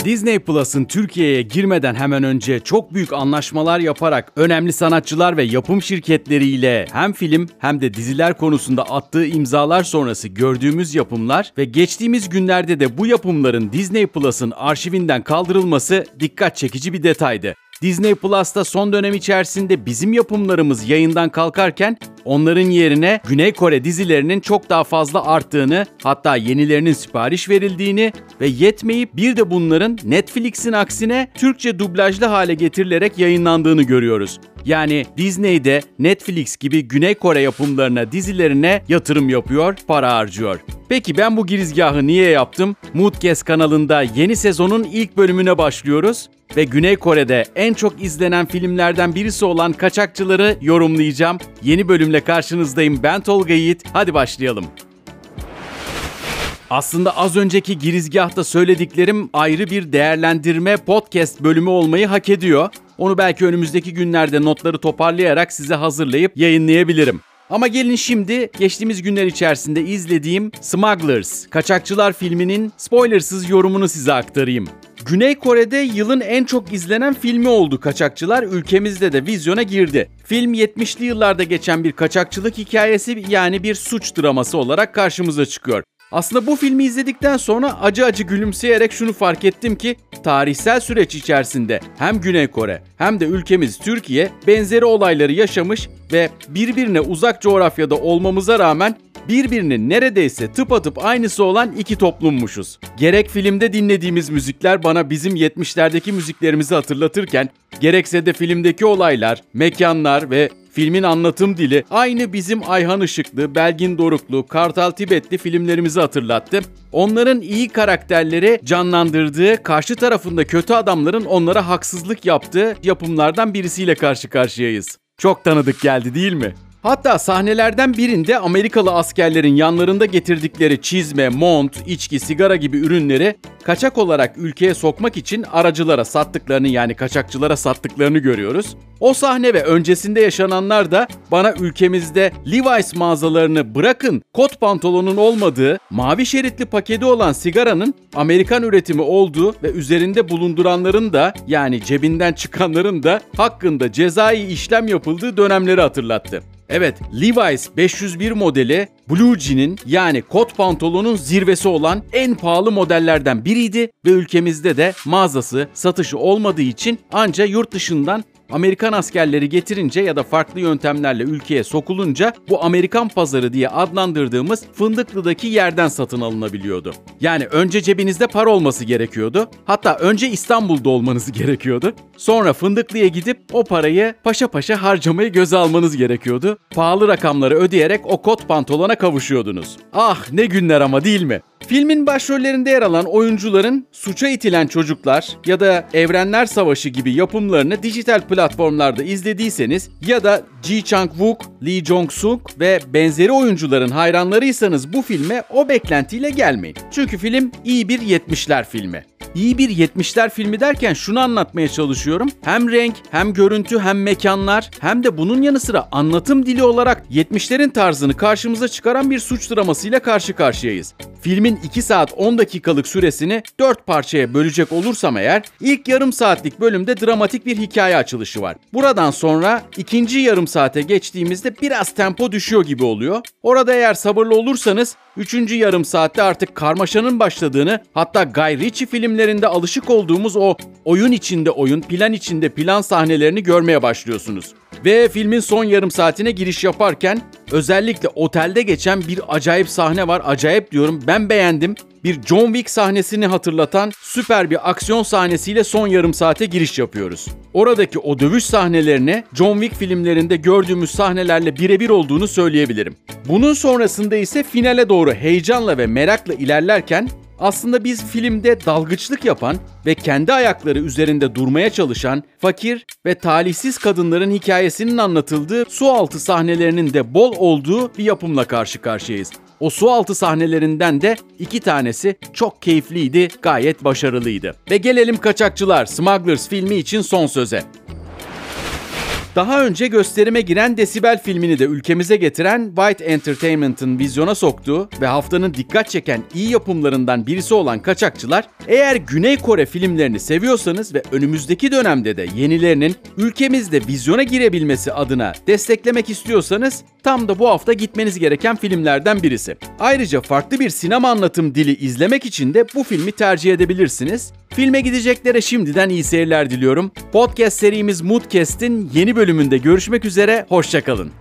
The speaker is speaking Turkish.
Disney Plus'ın Türkiye'ye girmeden hemen önce çok büyük anlaşmalar yaparak önemli sanatçılar ve yapım şirketleriyle hem film hem de diziler konusunda attığı imzalar sonrası gördüğümüz yapımlar ve geçtiğimiz günlerde de bu yapımların Disney Plus'ın arşivinden kaldırılması dikkat çekici bir detaydı. Disney Plus'ta son dönem içerisinde bizim yapımlarımız yayından kalkarken onların yerine Güney Kore dizilerinin çok daha fazla arttığını, hatta yenilerinin sipariş verildiğini ve yetmeyip bir de bunların Netflix'in aksine Türkçe dublajlı hale getirilerek yayınlandığını görüyoruz. Yani Disney'de Netflix gibi Güney Kore yapımlarına, dizilerine yatırım yapıyor, para harcıyor. Peki ben bu girizgahı niye yaptım? Moodcast kanalında yeni sezonun ilk bölümüne başlıyoruz ve Güney Kore'de en çok izlenen filmlerden birisi olan Kaçakçıları yorumlayacağım. Yeni bölümle karşınızdayım. Ben Tolga Yiğit. Hadi başlayalım. Aslında az önceki girizgahta söylediklerim ayrı bir değerlendirme podcast bölümü olmayı hak ediyor. Onu belki önümüzdeki günlerde notları toparlayarak size hazırlayıp yayınlayabilirim. Ama gelin şimdi geçtiğimiz günler içerisinde izlediğim Smugglers, Kaçakçılar filminin spoilersız yorumunu size aktarayım. Güney Kore'de yılın en çok izlenen filmi oldu Kaçakçılar, ülkemizde de vizyona girdi. Film 70'li yıllarda geçen bir kaçakçılık hikayesi, yani bir suç draması olarak karşımıza çıkıyor. Aslında bu filmi izledikten sonra acı acı gülümseyerek şunu fark ettim ki tarihsel süreç içerisinde hem Güney Kore hem de ülkemiz Türkiye benzeri olayları yaşamış ve birbirine uzak coğrafyada olmamıza rağmen birbirinin neredeyse tıpatıp aynısı olan iki toplummuşuz. Gerek filmde dinlediğimiz müzikler bana bizim 70'lerdeki müziklerimizi hatırlatırken, gerekse de filmdeki olaylar, mekanlar ve filmin anlatım dili aynı bizim Ayhan Işıklı, Belgin Doruklu, Kartal Tibetli filmlerimizi hatırlattı. Onların iyi karakterleri canlandırdığı, karşı tarafında kötü adamların onlara haksızlık yaptığı yapımlardan birisiyle karşı karşıyayız. Çok tanıdık geldi değil mi? Hatta sahnelerden birinde Amerikalı askerlerin yanlarında getirdikleri çizme, mont, içki, sigara gibi ürünleri kaçak olarak ülkeye sokmak için aracılara sattıklarını, yani kaçakçılara sattıklarını görüyoruz. O sahne ve öncesinde yaşananlar da bana ülkemizde Levi's mağazalarını bırakın, kot pantolonun olmadığı, mavi şeritli paketi olan sigaranın Amerikan üretimi olduğu ve üzerinde bulunduranların da, yani cebinden çıkanların da hakkında cezai işlem yapıldığı dönemleri hatırlattı. Evet, Levi's 501 modeli Blue Jean'in, yani kot pantolonun zirvesi olan en pahalı modellerden biriydi ve ülkemizde de mağazası, satışı olmadığı için ancak yurt dışından Amerikan askerleri getirince ya da farklı yöntemlerle ülkeye sokulunca bu Amerikan pazarı diye adlandırdığımız Fındıklı'daki yerden satın alınabiliyordu. Yani önce cebinizde para olması gerekiyordu. Hatta önce İstanbul'da olmanız gerekiyordu. Sonra Fındıklı'ya gidip o parayı paşa paşa harcamayı göze almanız gerekiyordu. Pahalı rakamları ödeyerek o kot pantolona kavuşuyordunuz. Ah ne günler ama, değil mi? Filmin başrollerinde yer alan oyuncuların Suça İtilen Çocuklar ya da Evrenler Savaşı gibi yapımlarını dijital platformlarda izlediyseniz ya da Ji Chang-wook, Lee Jong-suk ve benzeri oyuncuların hayranlarıysanız bu filme o beklentiyle gelmeyin. Çünkü film iyi bir 70'ler filmi. İyi bir 70'ler filmi derken şunu anlatmaya çalışıyorum. Hem renk, hem görüntü, hem mekanlar, hem de bunun yanı sıra anlatım dili olarak 70'lerin tarzını karşımıza çıkaran bir suç dramasıyla karşı karşıyayız. Filmin 2 saat 10 dakikalık süresini 4 parçaya bölecek olursam eğer, ilk yarım saatlik bölümde dramatik bir hikaye açılışı var. Buradan sonra ikinci yarım saate geçtiğimizde biraz tempo düşüyor gibi oluyor. Orada eğer sabırlı olursanız 3. yarım saatte artık karmaşanın başladığını, hatta Guy Ritchie filmlerinde alışık olduğumuz o oyun içinde oyun, plan içinde plan sahnelerini görmeye başlıyorsunuz. Ve filmin son yarım saatine giriş yaparken özellikle otelde geçen bir acayip sahne var. Acayip diyorum, ben beğendim. Bir John Wick sahnesini hatırlatan süper bir aksiyon sahnesiyle son yarım saate giriş yapıyoruz. Oradaki o dövüş sahnelerine John Wick filmlerinde gördüğümüz sahnelerle birebir olduğunu söyleyebilirim. Bunun sonrasında ise finale doğru heyecanla ve merakla ilerlerken aslında biz filmde dalgıçlık yapan ve kendi ayakları üzerinde durmaya çalışan fakir ve talihsiz kadınların hikayesinin anlatıldığı sualtı sahnelerinin de bol olduğu bir yapımla karşı karşıyayız. O sualtı sahnelerinden de 2 tanesi çok keyifliydi, gayet başarılıydı. Ve gelelim Kaçakçılar, Smugglers filmi için son söze. Daha önce gösterime giren Desibel filmini de ülkemize getiren White Entertainment'ın vizyona soktuğu ve haftanın dikkat çeken iyi yapımlarından birisi olan Kaçakçılar, eğer Güney Kore filmlerini seviyorsanız ve önümüzdeki dönemde de yenilerinin ülkemizde vizyona girebilmesi adına desteklemek istiyorsanız tam da bu hafta gitmeniz gereken filmlerden birisi. Ayrıca farklı bir sinema anlatım dili izlemek için de bu filmi tercih edebilirsiniz. Filme gideceklere şimdiden iyi seyirler diliyorum. Podcast serimiz Moodcast'in yeni bölümünde görüşmek üzere, hoşça kalın.